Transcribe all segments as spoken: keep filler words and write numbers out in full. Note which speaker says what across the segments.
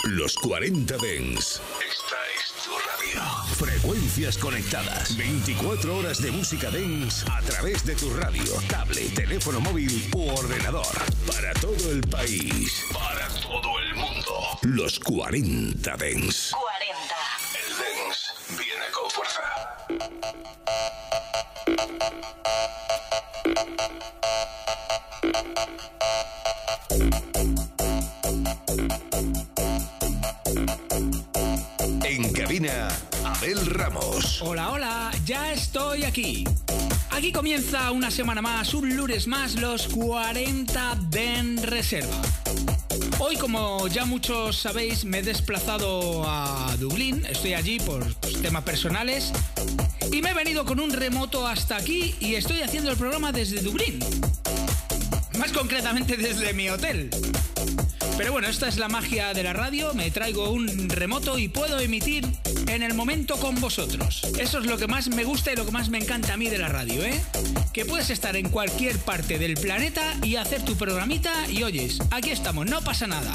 Speaker 1: Los cuarenta Dance. Esta es tu radio. Frecuencias conectadas. veinticuatro horas de música dance a través de tu radio, tablet, teléfono móvil u ordenador. Para todo el país. Para todo el mundo. Los cuarenta Dance.
Speaker 2: cuarenta.
Speaker 1: El dance viene con fuerza. En cabina, Abel Ramos.
Speaker 3: Hola, hola, ya estoy aquí. Aquí comienza una semana más, un lunes más, los cuarenta Dance Reserva. Hoy, como ya muchos sabéis, me he desplazado a Dublín. Estoy allí por pues, temas personales. Y me he venido con un remoto hasta aquí y estoy haciendo el programa desde Dublín. Más concretamente desde mi hotel. Pero bueno, esta es la magia de la radio. Me traigo un remoto y puedo emitir en el momento con vosotros. Eso es lo que más me gusta y lo que más me encanta a mí de la radio, ¿eh? Que puedes estar en cualquier parte del planeta y hacer tu programita y oyes, aquí estamos, no pasa nada.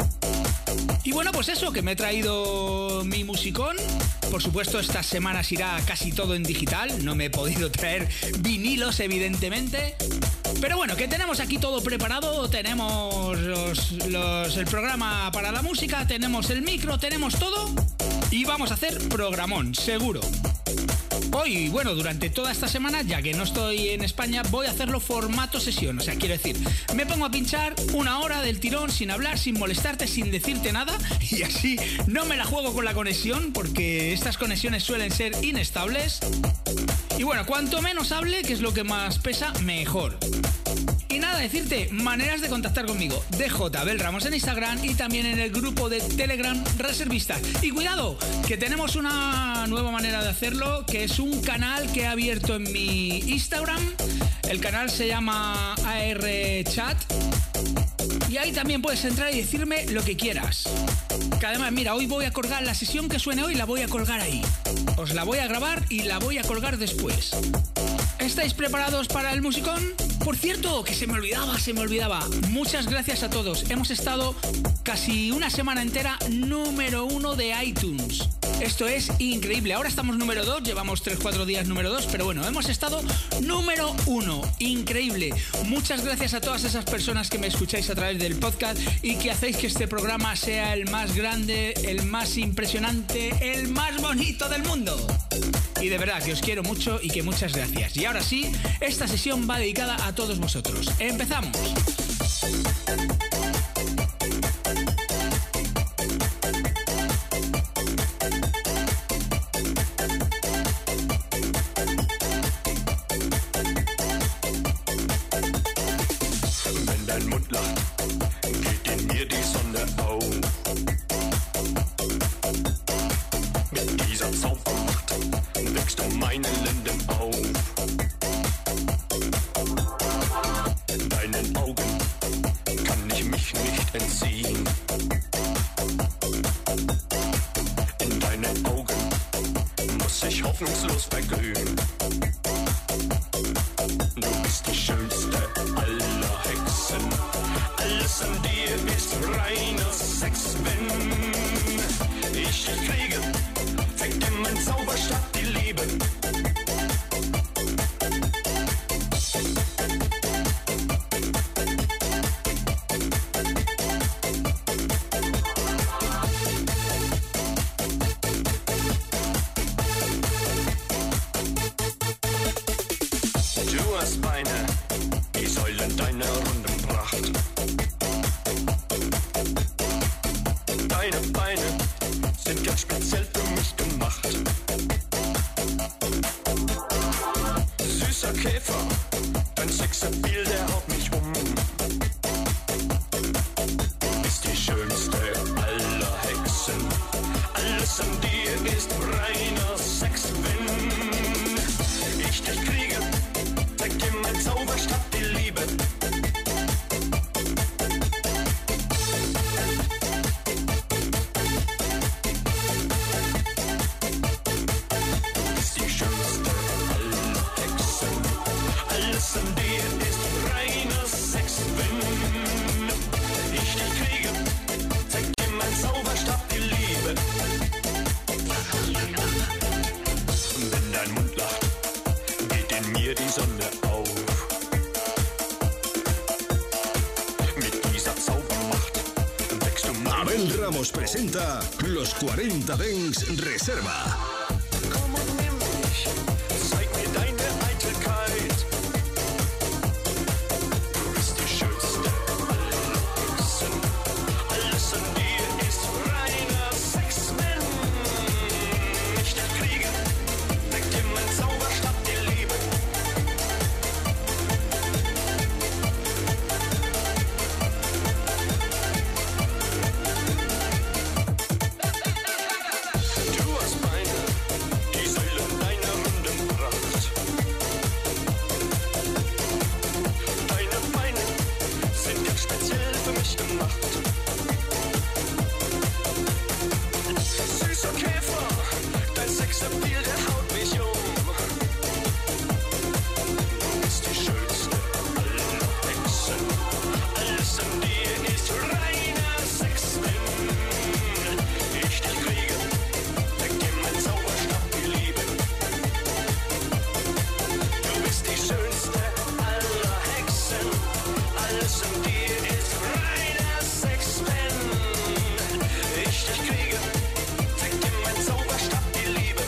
Speaker 3: Y bueno, pues eso, que me he traído mi musicón. Por supuesto, estas semanas irá casi todo en digital. No me he podido traer vinilos, evidentemente. Pero bueno, que tenemos aquí todo preparado. Tenemos los, los, el programa para la música, tenemos el micro, tenemos todo. Y vamos a hacer programón, seguro. Hoy, bueno, durante toda esta semana, ya que no estoy en España, voy a hacerlo formato sesión. O sea, quiero decir, me pongo a pinchar una hora del tirón sin hablar, sin molestarte, sin decirte nada. Y así no me la juego con la conexión, porque estas conexiones suelen ser inestables. Y bueno, cuanto menos hable, que es lo que más pesa, mejor. Y nada, decirte, maneras de contactar conmigo. D J Abel Ramos en Instagram y también en el grupo de Telegram Reservistas. Y cuidado, que tenemos una nueva manera de hacerlo, que es un canal que he abierto en mi Instagram. El canal se llama A R Chat. Y ahí también puedes entrar y decirme lo que quieras. Que además, mira, hoy voy a colgar la sesión que suene hoy, la voy a colgar ahí. Os la voy a grabar y la voy a colgar después. ¿Estáis preparados para el musicón? Por cierto, que se me olvidaba, se me olvidaba. Muchas gracias a todos. Hemos estado casi una semana entera número uno de iTunes. Esto es increíble. Ahora estamos número dos, llevamos tres cuatro días número dos, pero bueno, hemos estado número uno. Increíble. Muchas gracias a todas esas personas que me escucháis a través del podcast y que hacéis que este programa sea el más grande, el más impresionante, el más bonito del mundo. Y de verdad que os quiero mucho y que muchas gracias. Y ahora sí, esta sesión va dedicada a todos vosotros. ¡Empezamos!
Speaker 4: Wenn dein Mund lacht, geht in mir die Sonne auf. Mit dieser Zaubermacht wächst um meine Linden auf. Deinen Augen kann ich mich nicht entziehen. In deinen Augen muss ich hoffnungslos verglühen. Du bist die schönste aller Hexen. Alles an dir ist reiner Sex. Wenn ich dich kriege, fängt in mein Zauberstab die Liebe. Du hast Beine, die Säulen deiner runden Pracht. Deine Beine sind ganz speziell für mich gemacht. Süßer Käfer, dein Sexappeal, der haut mich um. Du bist die schönste aller Hexen. Alles an dir ist reiner Sex. Wenn ich dich kriege, zeigt dir mein Zauberstab die Liebe. Du bist die schönste aller Hexen. Alles an dir ist reiner Sex. Wenn ich dich kriege, zeigt dir mein Zauberstab
Speaker 1: Abel Ramos presenta Los cuarenta Dance Reserva.
Speaker 4: Komm und nimm mich, zeig mir deine Eitelkeit. Du bist die schönste aller Hexen. Alles an dir ist reiner Sex, wenn ich dich kriege, weckt dir mein Zauberstab die Liebe. Du hast Beine, die Säulen deiner runden Pracht. Deine Beine sind ganz speziell für mich gemacht. Süßer Käfer, dein Sexappeal, der haut mich um. Du bist die schönste aller Hexen. Alles an dir ist reiner Sex, wenn ich dich kriege, weckt dir mein Zauberstab die Liebe. Du bist die schönste aller Hexen. Alles an dir ist reiner Sex, wenn ich dich kriege, weckt dir mein Zauberstab die Liebe.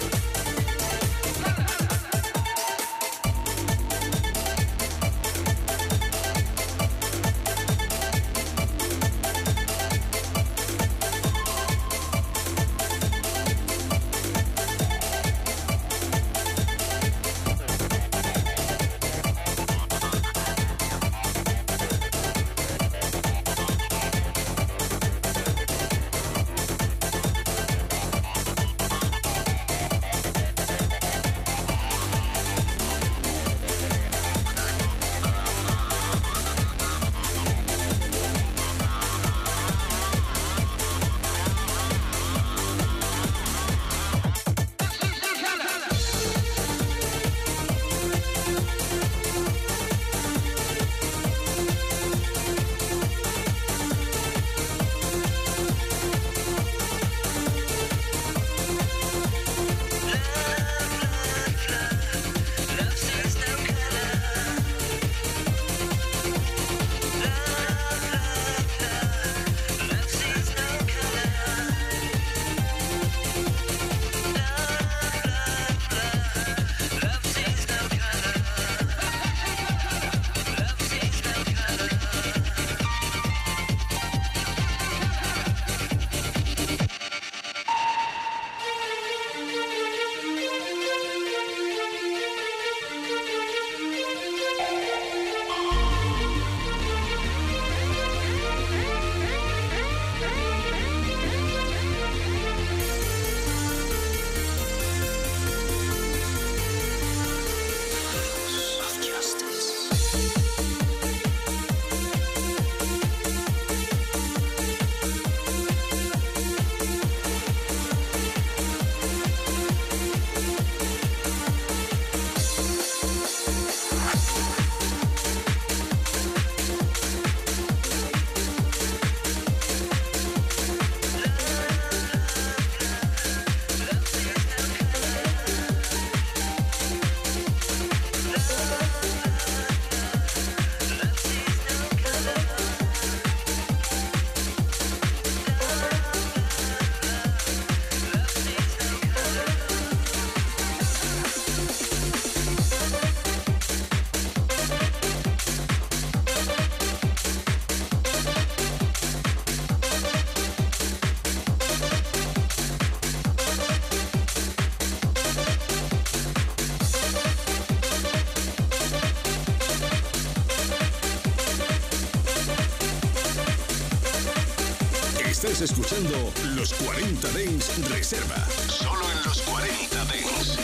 Speaker 1: Estás escuchando Los cuarenta Dance Reserva. Solo en Los cuarenta Dance.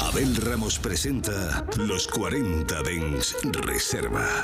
Speaker 1: Abel Ramos presenta Los cuarenta Dance Reserva.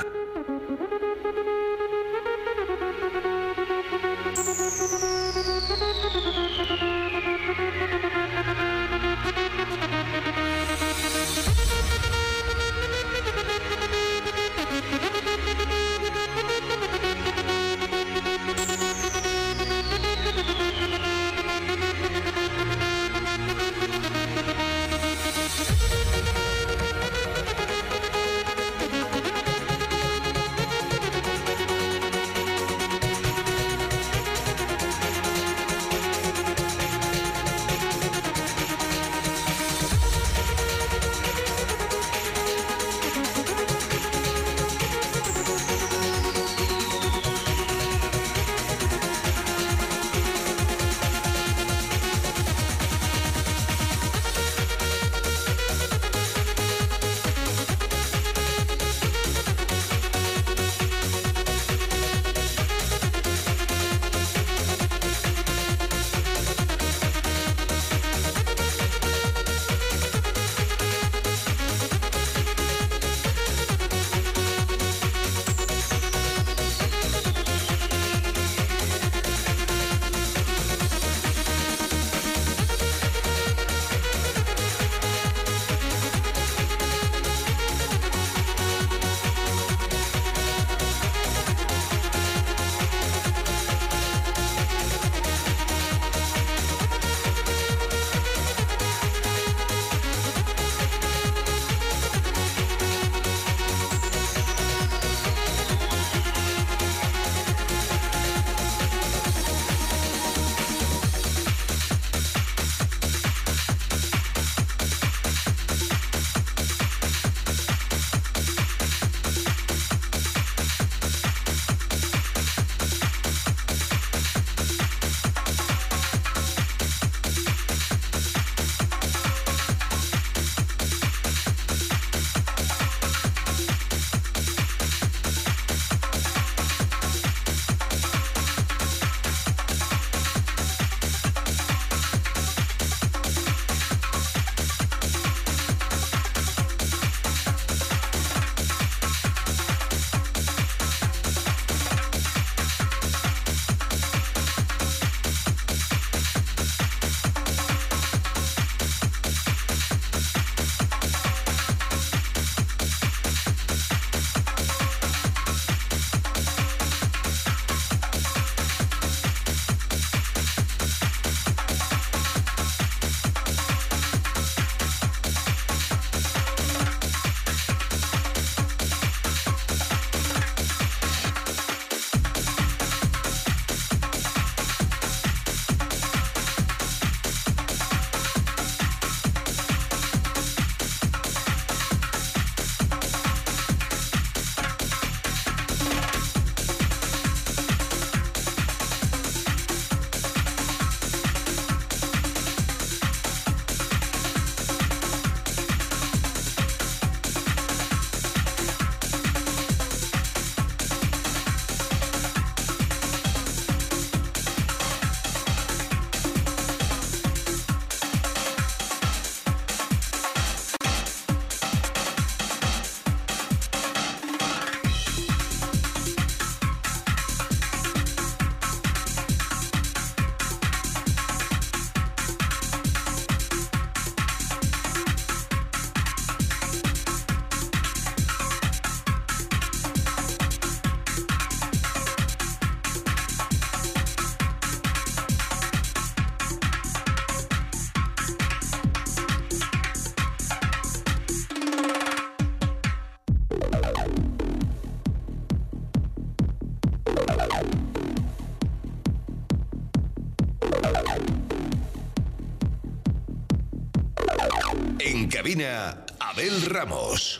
Speaker 1: En cabina, Abel Ramos.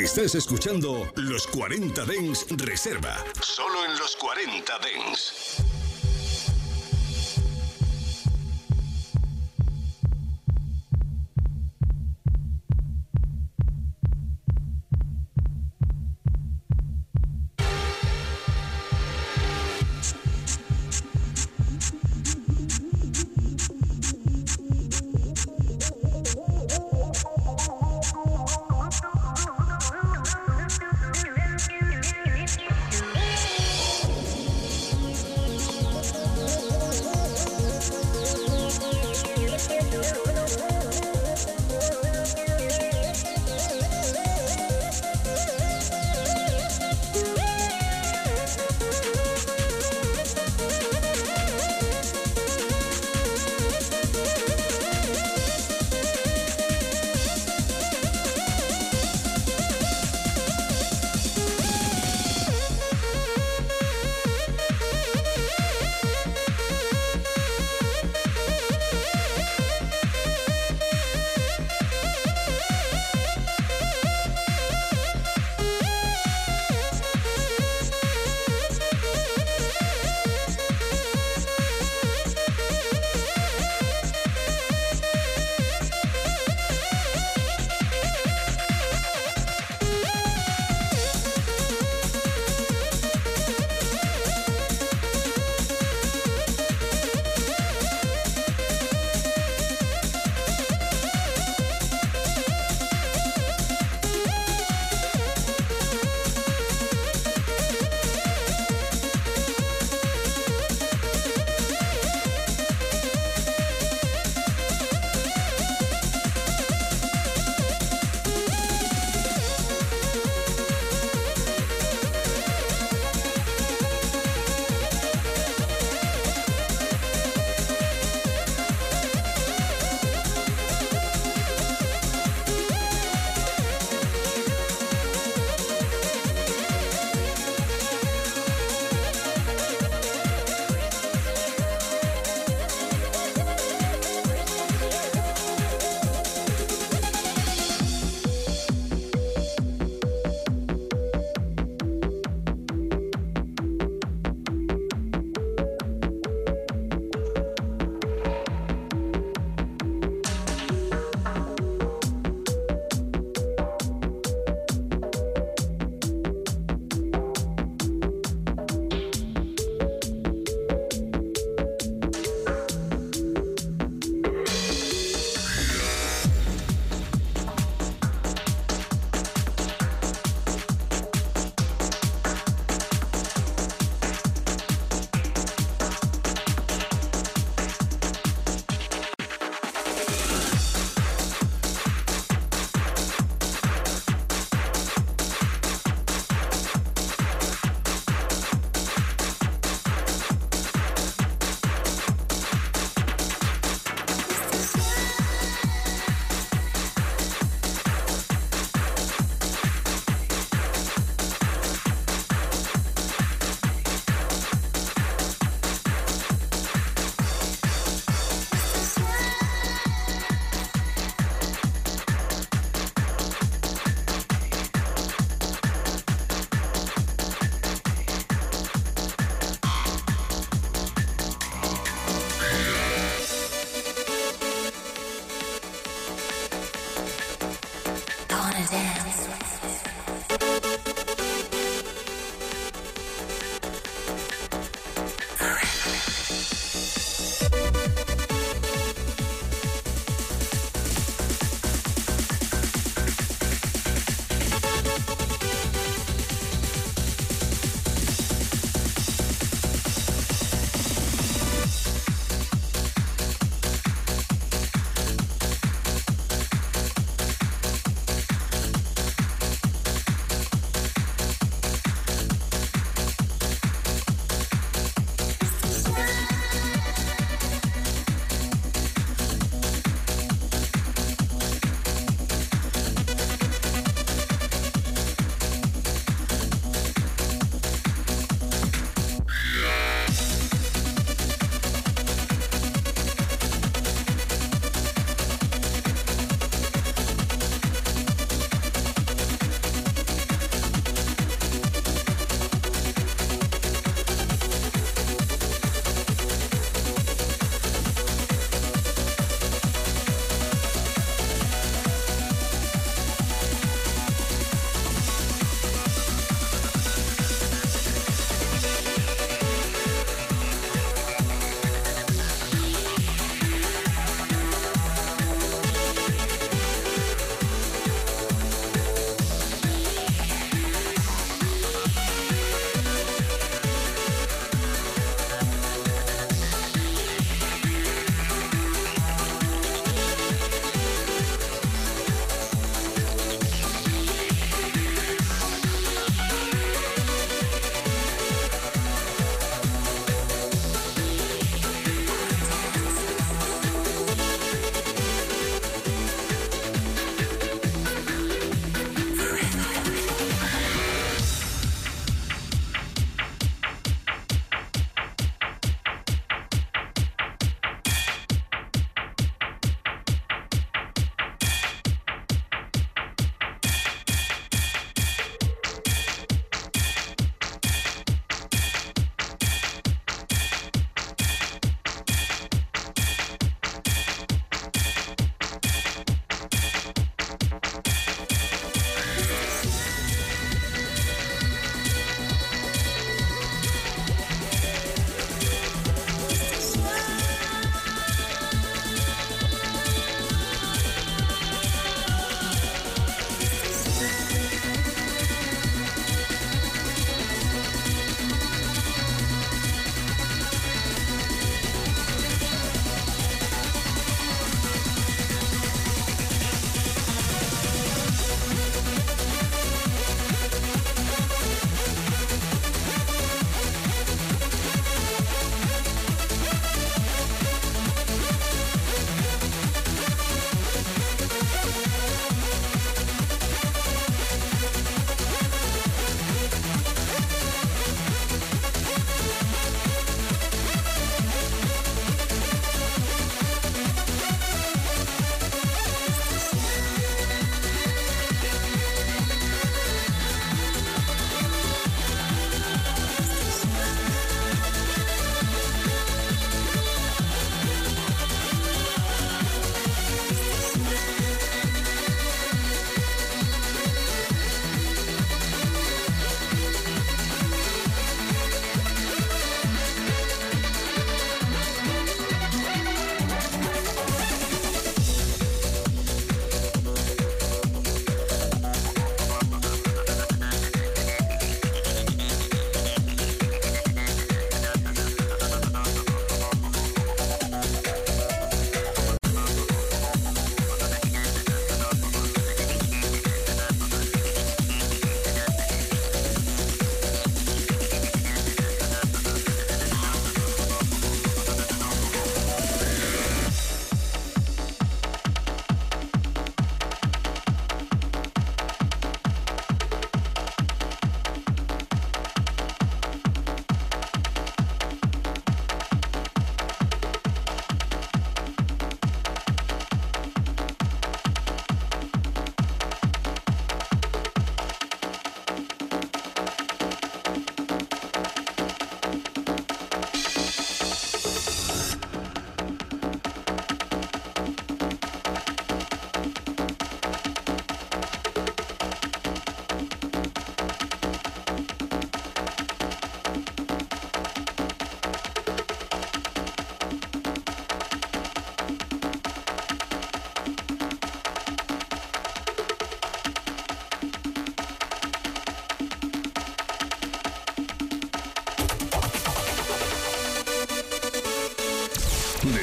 Speaker 1: Estás escuchando Los cuarenta Dance Reserva. Solo en Los cuarenta Dance.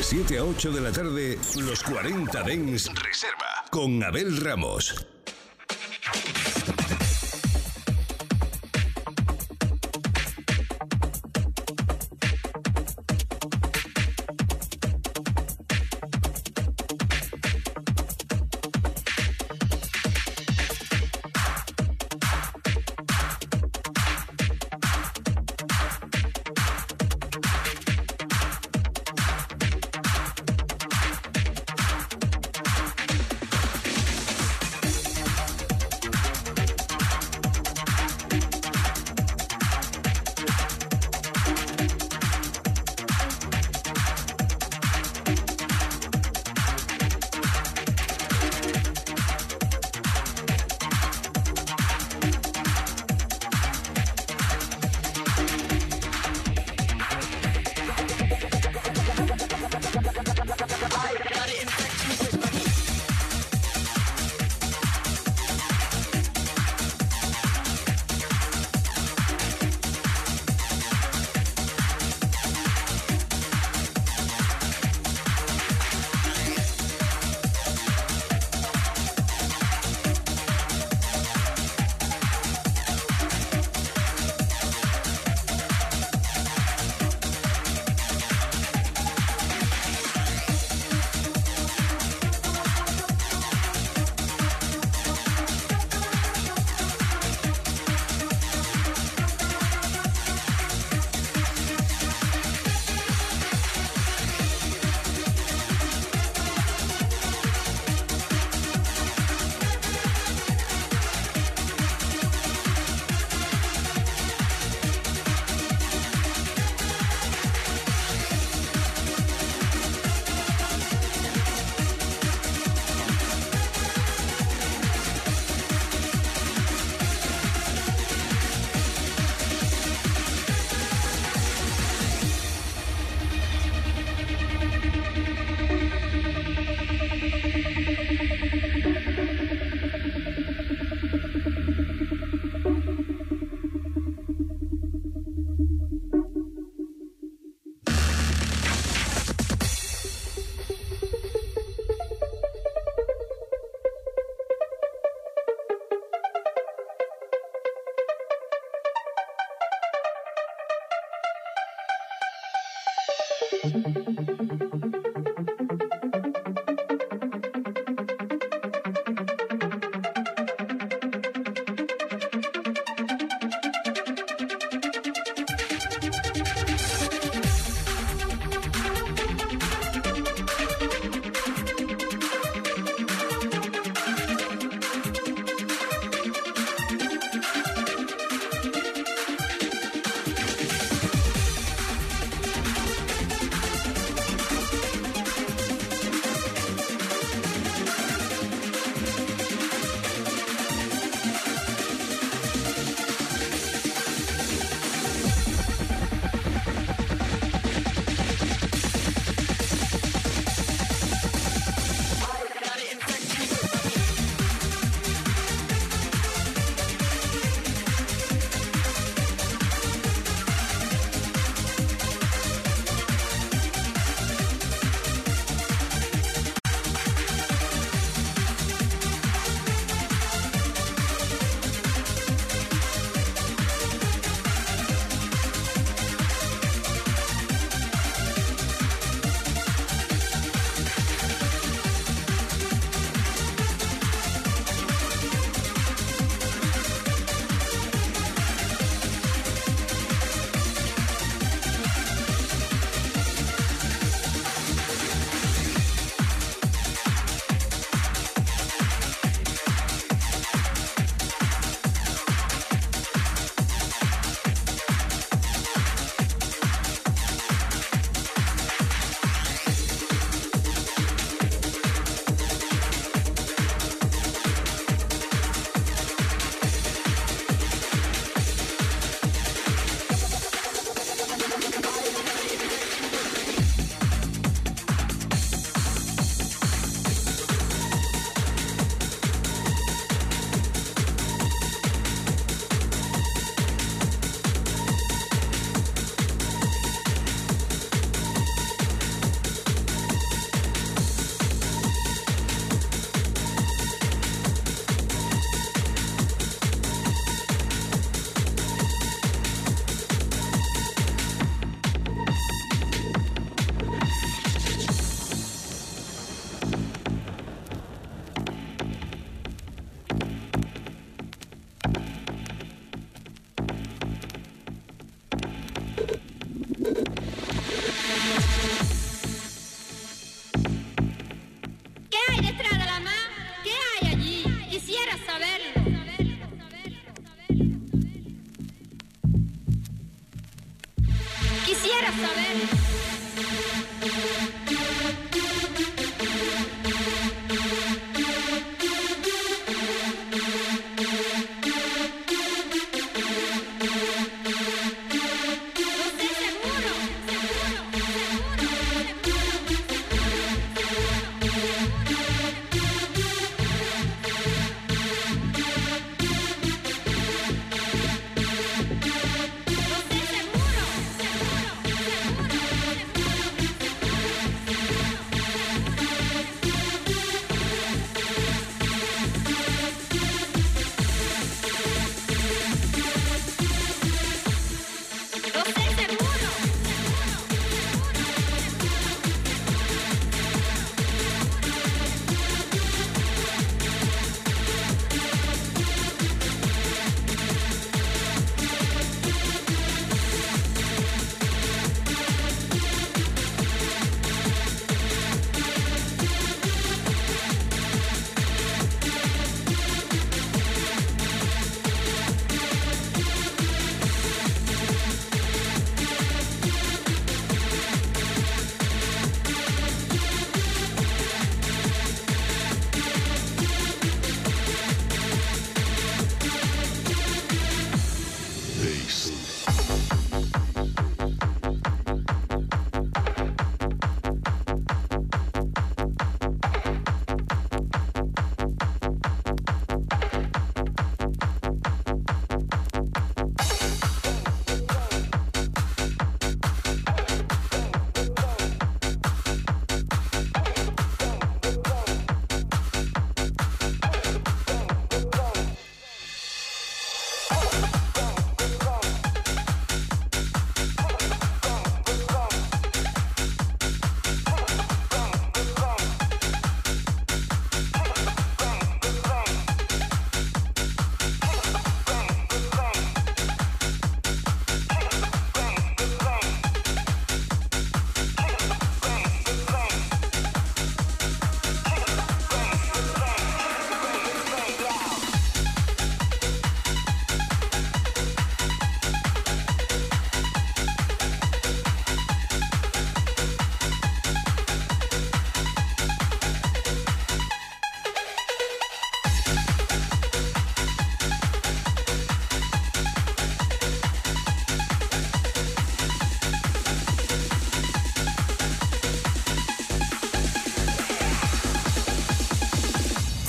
Speaker 1: siete a ocho de la tarde, los cuarenta Dance Reserva con Abel Ramos.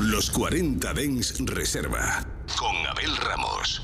Speaker 1: Los cuarenta Dance Reserva con Abel Ramos.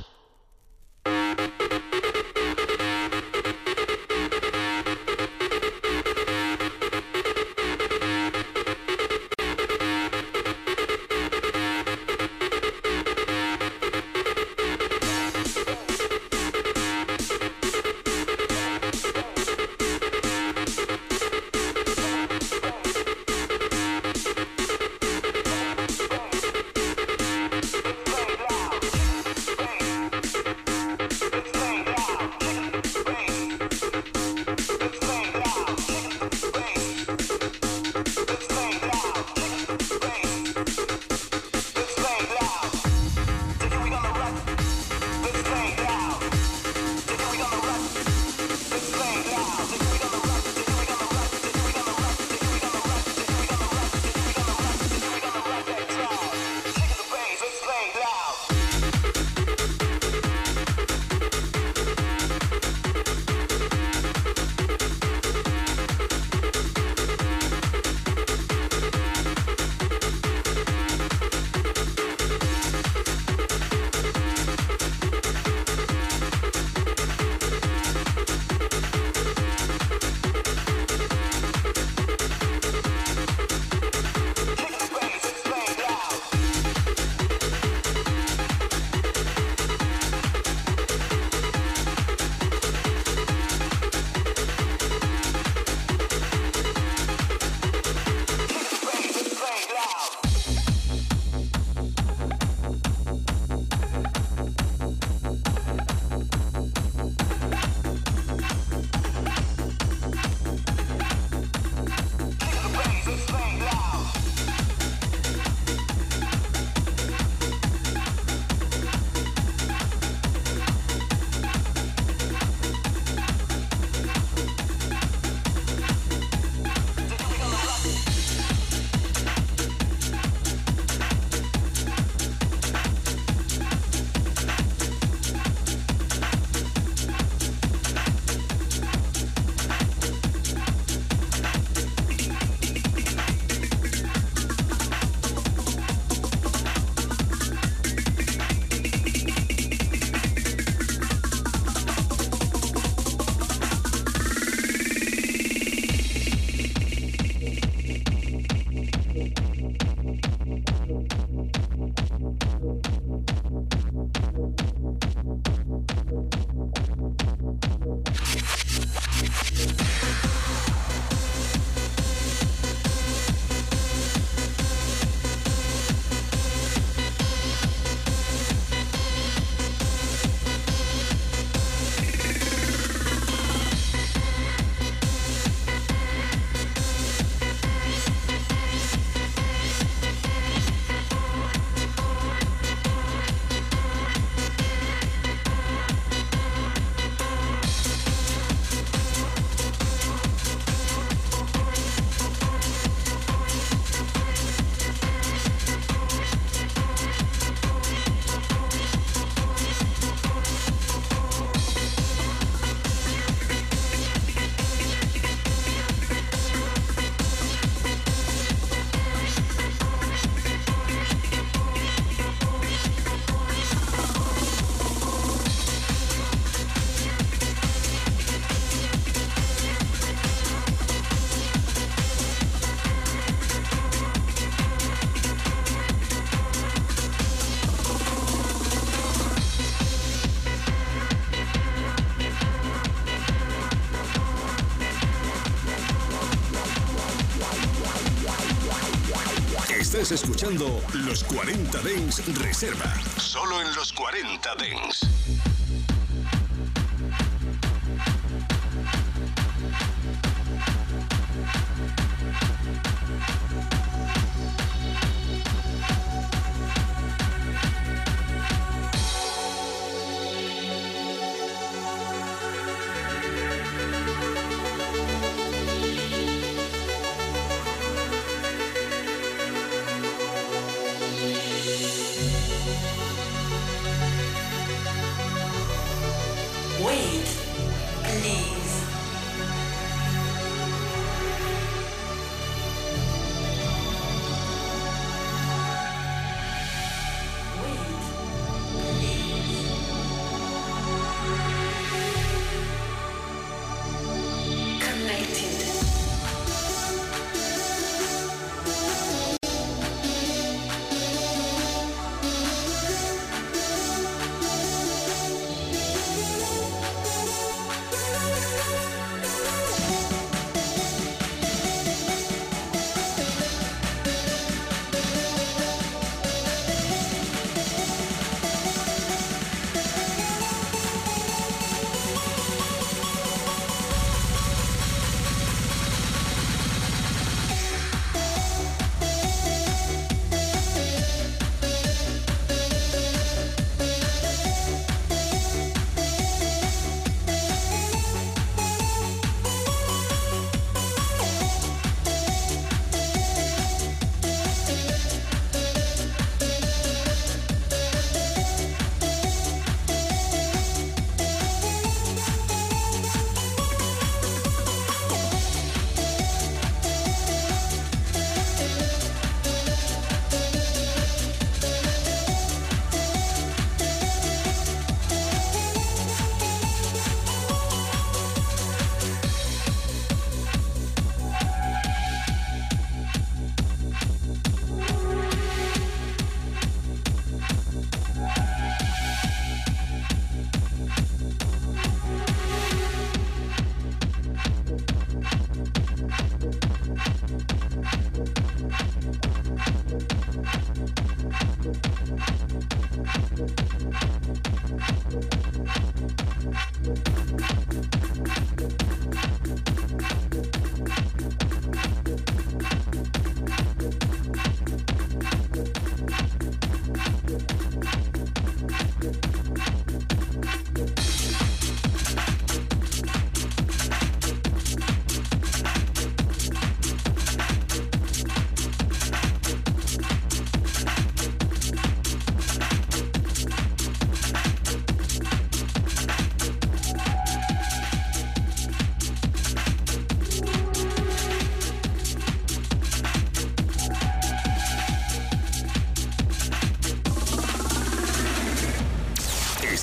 Speaker 1: Estás escuchando Los cuarenta Dance Reserva. Solo en Los cuarenta Dance.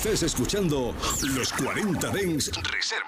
Speaker 1: Estás escuchando Los cuarenta Dance Reserva.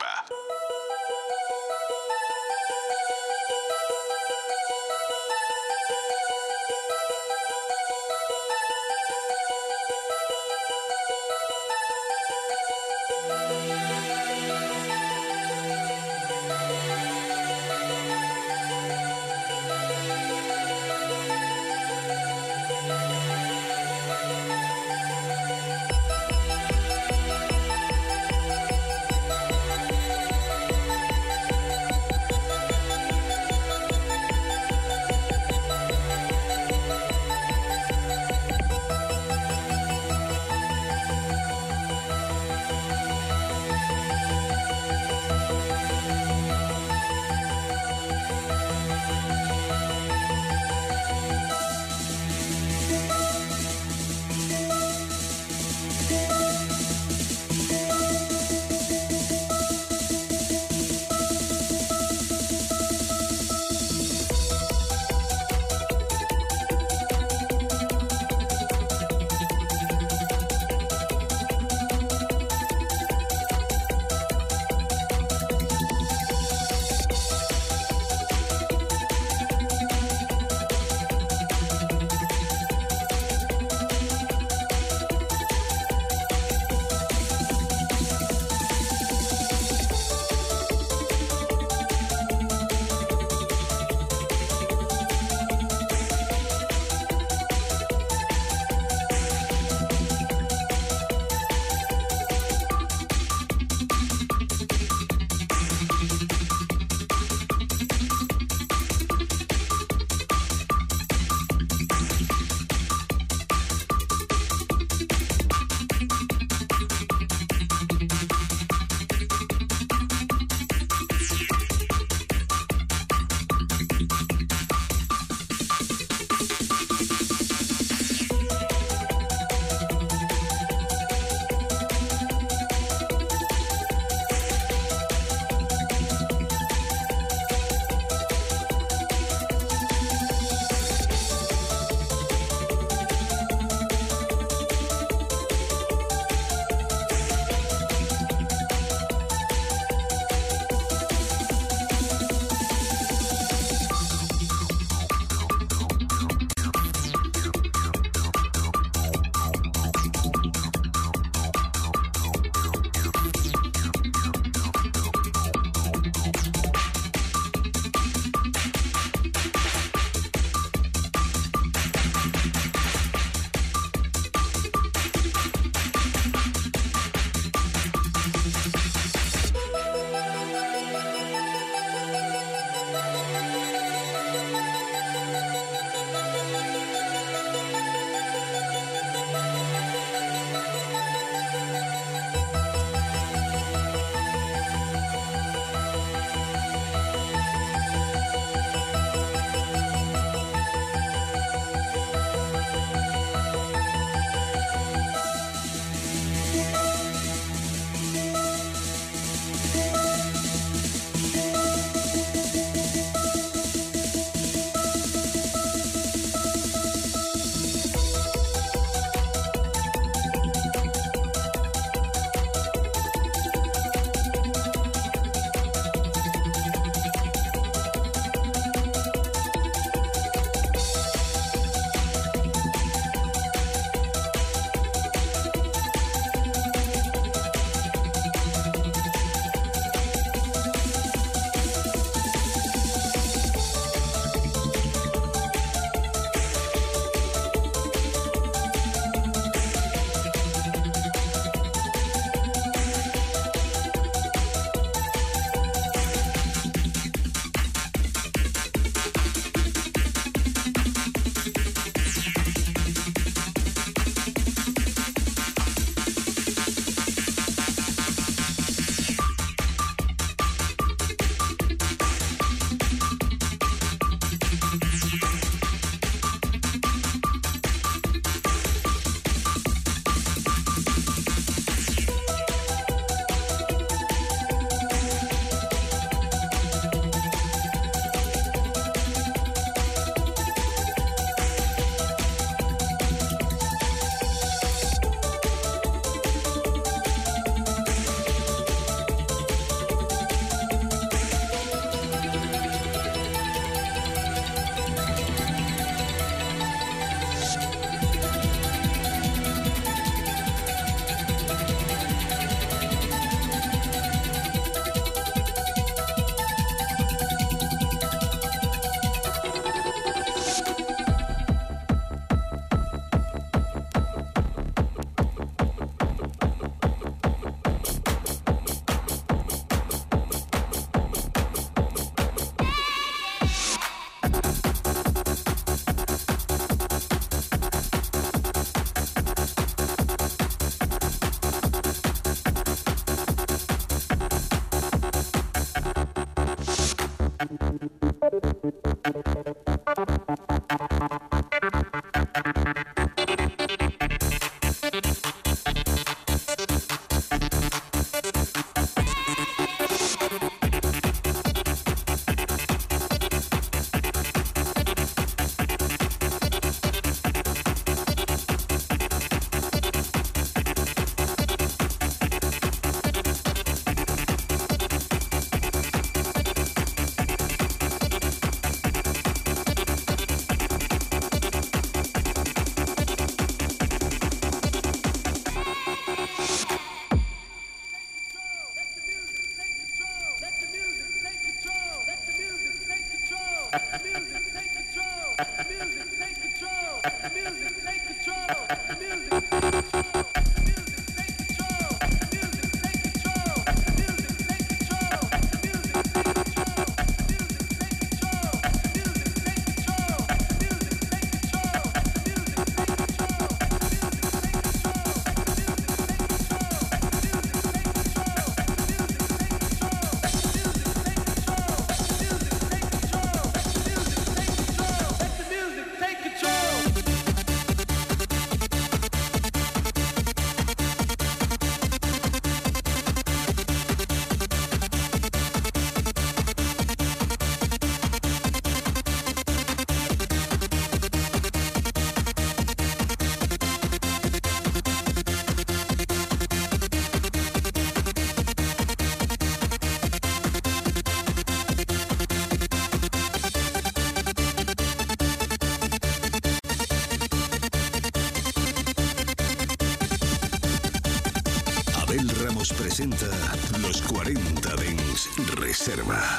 Speaker 1: Abel Ramos presenta Los cuarenta Dance Reserva.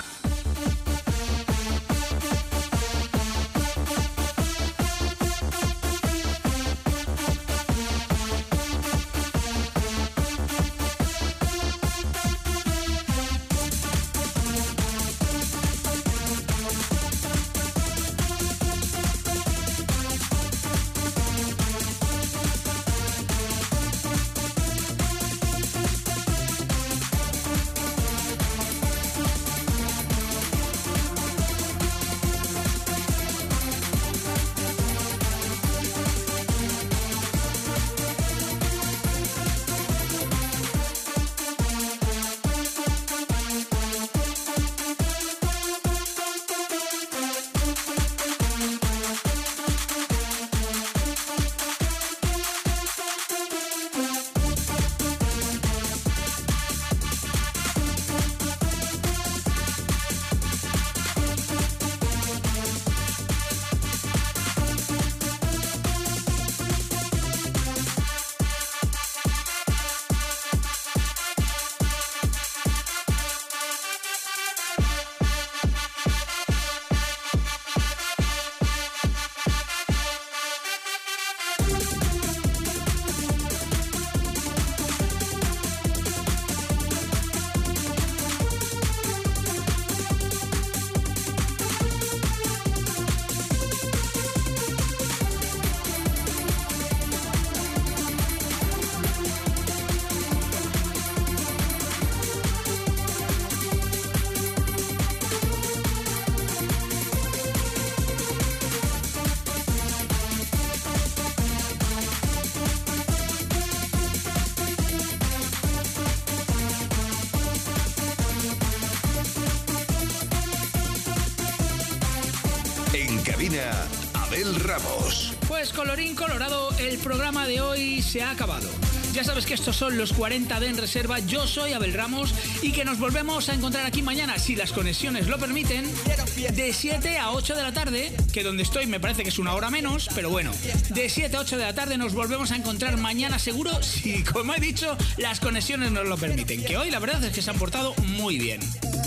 Speaker 1: En cabina, Abel Ramos.
Speaker 3: Pues colorín colorado, el programa de hoy se ha acabado. Ya sabes que estos son los cuarenta de En Reserva. Yo soy Abel Ramos y que nos volvemos a encontrar aquí mañana, si las conexiones lo permiten, de siete a ocho de la tarde, que donde estoy me parece que es una hora menos, pero bueno, de siete a ocho de la tarde nos volvemos a encontrar mañana seguro, si, como he dicho, las conexiones nos lo permiten, que hoy la verdad es que se han portado muy bien.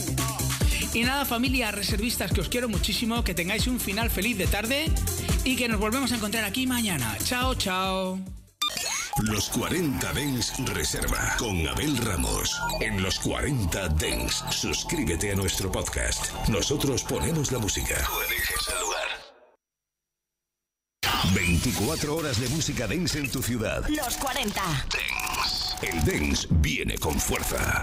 Speaker 3: Y nada, familia reservistas, que os quiero muchísimo, que tengáis un final feliz de tarde y que nos volvemos a encontrar aquí mañana. Chao, chao.
Speaker 1: Los cuarenta Dance Reserva con Abel Ramos. En Los cuarenta Dance, suscríbete a nuestro podcast. Nosotros ponemos la música. Tú eliges el lugar. veinticuatro horas de música dance en tu ciudad.
Speaker 2: Los cuarenta
Speaker 1: Dance. El dance viene con fuerza.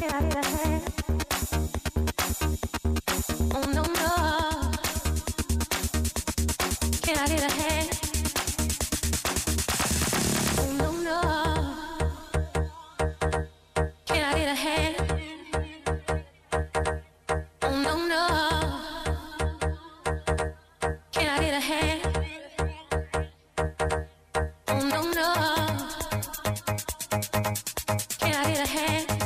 Speaker 2: Can I get a hand?